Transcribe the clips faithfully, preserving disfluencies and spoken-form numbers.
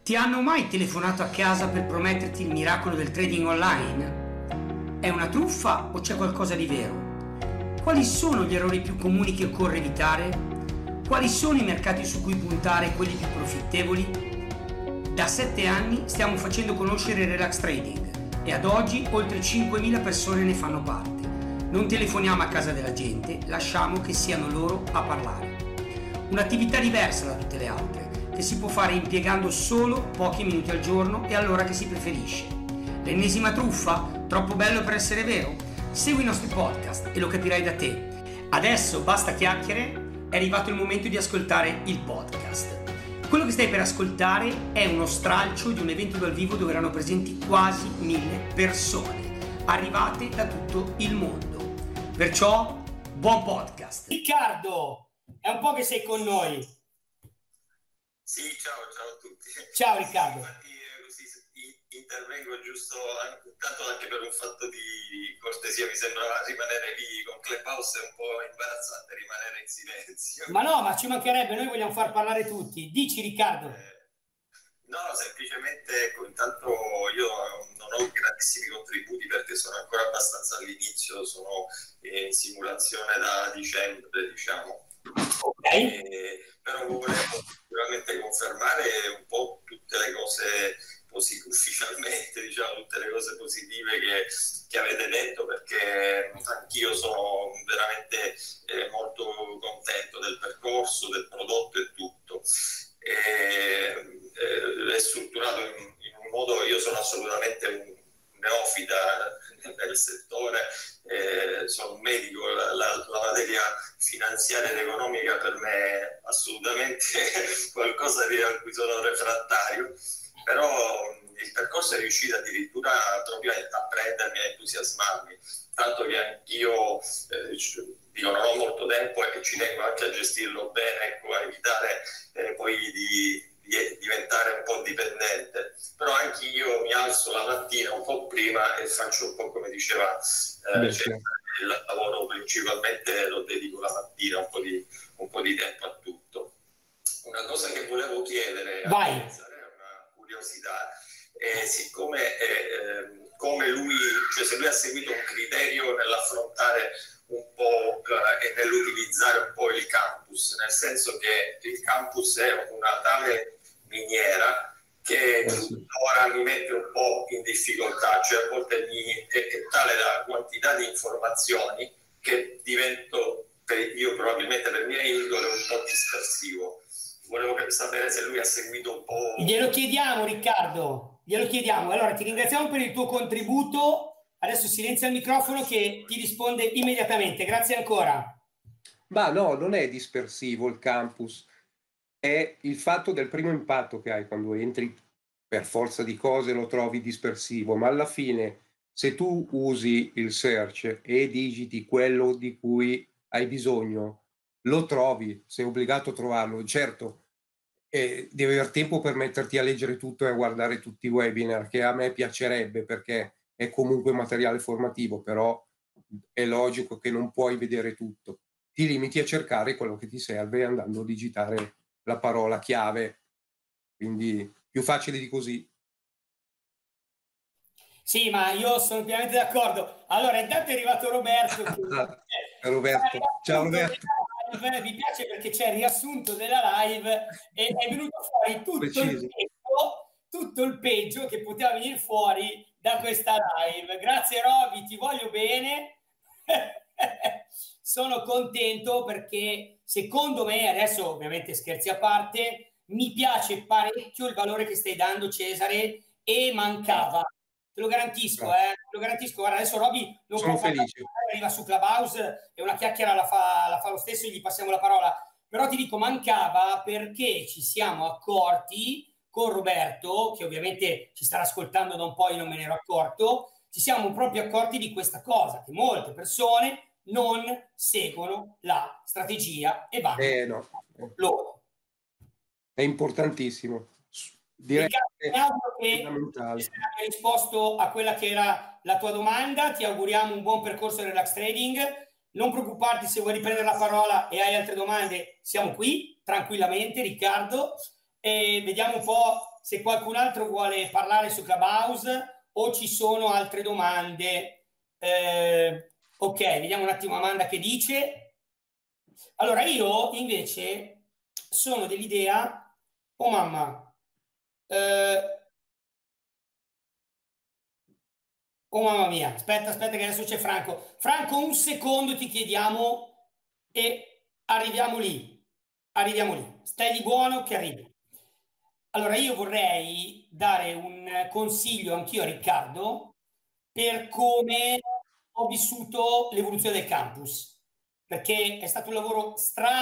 Ti hanno mai telefonato a casa per prometterti il miracolo del trading online? È una truffa o c'è qualcosa di vero? Quali sono gli errori più comuni che occorre evitare? Quali sono i mercati su cui puntare e quelli più profittevoli? Da sette anni stiamo facendo conoscere il Relax Trading e ad oggi oltre cinquemila persone ne fanno parte. Non telefoniamo a casa della gente, lasciamo che siano loro a parlare. Un'attività diversa da tutte le altre, che si può fare impiegando solo pochi minuti al giorno e all'ora che si preferisce. L'ennesima truffa? Troppo bello per essere vero? Segui i nostri podcast e lo capirai da te. Adesso basta chiacchiere, è arrivato il momento di ascoltare il podcast. Quello che stai per ascoltare è uno stralcio di un evento dal vivo dove erano presenti quasi mille persone, arrivate da tutto il mondo. Perciò, buon podcast! Riccardo, è un po' che sei con noi. Sì, ciao, ciao a tutti. Ciao Riccardo. Infatti così intervengo giusto intanto anche per un fatto di cortesia, mi sembra rimanere lì con Clubhouse è un po' imbarazzante rimanere in silenzio. Ma no, ma ci mancherebbe, noi vogliamo far parlare tutti. Dici Riccardo. Eh, no, semplicemente ecco, intanto io non ho grandissimi contributi perché sono ancora abbastanza all'inizio, sono in simulazione da dicembre, diciamo. Ok. Eh, però volevo sicuramente confermare un po' tutte le cose posi- ufficialmente, diciamo, tutte le cose positive che, che avete detto, perché anch'io sono veramente eh, molto contento del percorso, del prodotto e tutto. E, eh, è strutturato in, in un modo, io sono assolutamente un neofita nel settore, eh, sono un medico, la, la, la materia finanziaria ed economica per me è assolutamente qualcosa di, a cui sono refrattario, però il percorso è riuscito addirittura proprio a prendermi, a entusiasmarmi, tanto che anch'io eh, dico, non ho molto tempo e ci tengo anche a gestirlo bene, ecco, a evitare eh, poi di di diventare un po' dipendente, però anche io mi alzo la mattina un po' prima e faccio un po' come diceva eh, cioè, il lavoro principalmente lo dedico la mattina, un po' di, un po' di tempo a tutto. Una cosa che volevo chiedere a iniziare è una curiosità, e siccome eh, come lui, cioè se lui ha seguito un criterio nell'affrontare un po' eh, e nell'utilizzare un po' il campus, nel senso che il campus è una tale miniera che eh sì. ora mi mette un po' in difficoltà, cioè a volte mi, è, è tale la quantità di informazioni che divento, per, io probabilmente per mia indole, un po' dispersivo. Volevo sapere se lui ha seguito un po'... Glielo chiediamo Riccardo, glielo chiediamo. Allora ti ringraziamo per il tuo contributo. Adesso silenzia il microfono che ti risponde immediatamente. Grazie ancora. Ma no, non è dispersivo il campus, è il fatto del primo impatto che hai quando entri, per forza di cose lo trovi dispersivo, ma alla fine se tu usi il search e digiti quello di cui hai bisogno, lo trovi, sei obbligato a trovarlo. Certo, eh, devi avere tempo per metterti a leggere tutto e a guardare tutti i webinar, che a me piacerebbe perché è comunque materiale formativo, però è logico che non puoi vedere tutto. Ti limiti a cercare quello che ti serve andando a digitare la parola chiave, quindi più facile di così. Sì, ma io sono pienamente d'accordo. Allora, intanto è arrivato Roberto. Che... Roberto, ciao Roberto. Live, mi piace perché c'è il riassunto della live e è venuto fuori tutto il, peggio, tutto il peggio che poteva venire fuori da questa live. Grazie Roby, ti voglio bene. Sono contento perché secondo me, adesso ovviamente scherzi a parte, mi piace parecchio il valore che stai dando Cesare e mancava. Te lo garantisco, eh, te lo garantisco. Guarda, adesso Roby non sono può felice. Parlare, arriva su Clubhouse e una chiacchiera la fa, la fa lo stesso e gli passiamo la parola. Però ti dico, mancava perché ci siamo accorti con Roberto, che ovviamente ci starà ascoltando da un po', io non me ne ero accorto, ci siamo proprio accorti di questa cosa, che molte persone non seguono la strategia e vanno eh, no. loro. È importantissimo. Direi Riccardo, che ti abbia risposto a quella che era la tua domanda. Ti auguriamo un buon percorso in Relax Trading. Non preoccuparti se vuoi riprendere la parola e hai altre domande, siamo qui tranquillamente Riccardo e vediamo un po' se qualcun altro vuole parlare su Clubhouse o ci sono altre domande. Eh, ok, vediamo un attimo Amanda che dice. Allora, io invece sono dell'idea, oh mamma, eh, oh mamma mia, aspetta, aspetta che adesso c'è Franco. Franco, un secondo ti chiediamo e arriviamo lì, arriviamo lì. Stai di buono che arrivi. Allora, io vorrei dare un consiglio anch'io a Riccardo per come ho vissuto l'evoluzione del campus, perché è stato un lavoro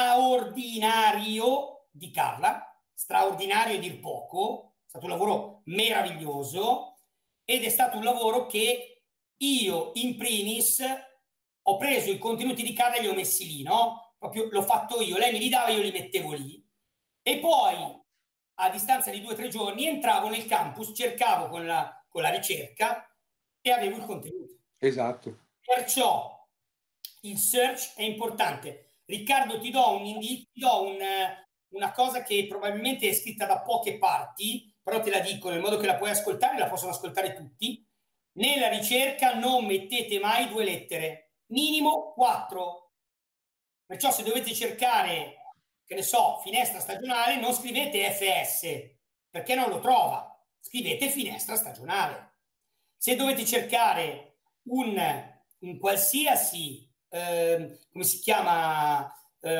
straordinario di Carla, straordinario a dir poco, è stato un lavoro meraviglioso ed è stato un lavoro che io in primis ho preso i contenuti di Carla e li ho messi lì, no? Proprio l'ho fatto io, lei me li dava e io li mettevo lì e poi a distanza di due o tre giorni entravo nel campus, cercavo con la, con la ricerca e avevo il contenuto. Esatto. Perciò il search è importante. Riccardo, ti do un indizio, ti do un, una cosa che probabilmente è scritta da poche parti, però te la dico nel modo che la puoi ascoltare, la possono ascoltare tutti. Nella ricerca non mettete mai due lettere, minimo quattro. Perciò se dovete cercare, che ne so, finestra stagionale, non scrivete F S, perché non lo trova. Scrivete finestra stagionale. Se dovete cercare un, un qualsiasi, eh, come si chiama,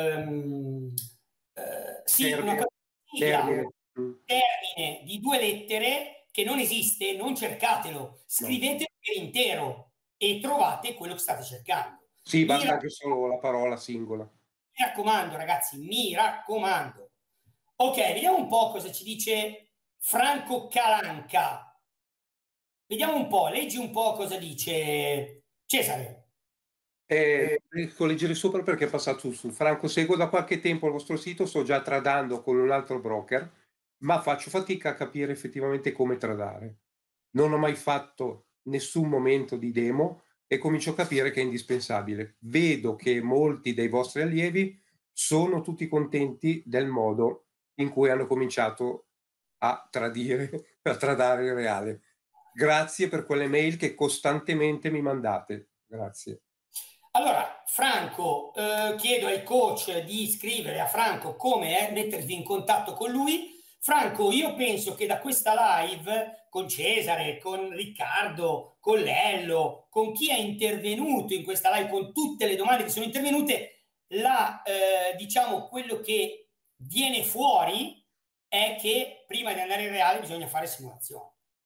ehm, eh, sì, termine. una termine. termine di due lettere che non esiste, non cercatelo, scrivetelo per intero e trovate quello che state cercando. Sì, basta mi anche solo la parola singola. Mi raccomando, ragazzi, mi raccomando. Ok, vediamo un po' cosa ci dice Franco Calanca. Vediamo un po', leggi un po' cosa dice Cesare. Eh, ecco, leggere sopra perché è passato su. Franco, seguo da qualche tempo il vostro sito, sto già tradando con un altro broker, ma faccio fatica a capire effettivamente come tradare. Non ho mai fatto nessun momento di demo e comincio a capire che è indispensabile. Vedo che molti dei vostri allievi sono tutti contenti del modo in cui hanno cominciato a tradire, a tradare il reale. Grazie per quelle mail che costantemente mi mandate. Grazie. Allora, Franco, eh, chiedo ai coach di scrivere a Franco come è, mettervi in contatto con lui. Franco, io penso che da questa live con Cesare, con Riccardo, con Lello, con chi è intervenuto in questa live, con tutte le domande che sono intervenute, la, eh, diciamo, quello che viene fuori è che prima di andare in reale bisogna fare simulazione.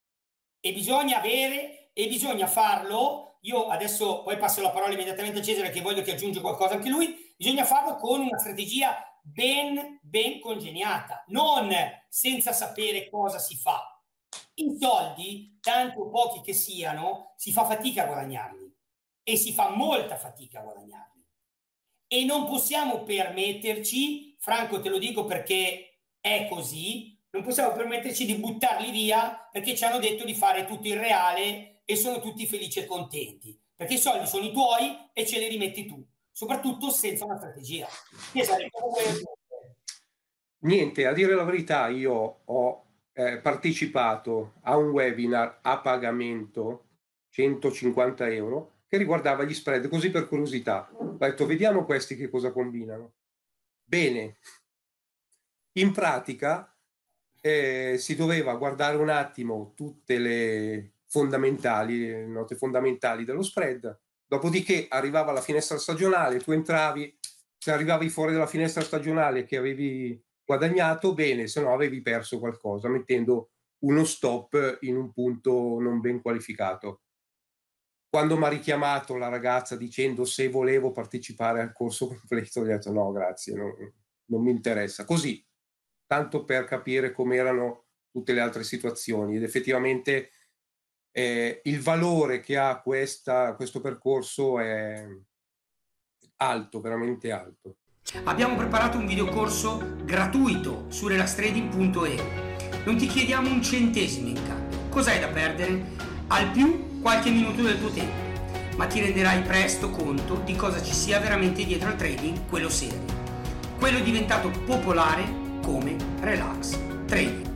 E bisogna avere, e bisogna farlo, io adesso poi passo la parola immediatamente a Cesare che voglio che aggiunga qualcosa anche lui, bisogna farlo con una strategia ben, ben congegnata, non senza sapere cosa si fa. I soldi, tanti o pochi che siano, si fa fatica a guadagnarli e si fa molta fatica a guadagnarli. E non possiamo permetterci, Franco te lo dico perché è così, non possiamo permetterci di buttarli via perché ci hanno detto di fare tutto il reale e sono tutti felici e contenti, perché i soldi sono i tuoi e ce li rimetti tu, soprattutto senza una strategia. Niente, a dire la verità, io ho eh, partecipato a un webinar a pagamento, centocinquanta euro, che riguardava gli spread, così per curiosità. Ho detto, vediamo questi che cosa combinano. Bene, in pratica eh, si doveva guardare un attimo tutte le fondamentali, le note fondamentali dello spread, dopodiché arrivava la finestra stagionale, tu entravi, se arrivavi fuori dalla finestra stagionale che avevi guadagnato, bene, se no avevi perso qualcosa, mettendo uno stop in un punto non ben qualificato. Quando mi ha richiamato la ragazza dicendo se volevo partecipare al corso completo, ho detto no, grazie, non, non mi interessa. Così, tanto per capire com'erano tutte le altre situazioni. Ed effettivamente eh, il valore che ha questa, questo percorso è alto, veramente alto. Abbiamo preparato un videocorso gratuito su relax trading punto e u. Non ti chiediamo un centesimo in cambio. Cos'hai da perdere? Al più qualche minuto del tuo tempo, ma ti renderai presto conto di cosa ci sia veramente dietro al trading, quello serio, quello diventato popolare come Relax Trading.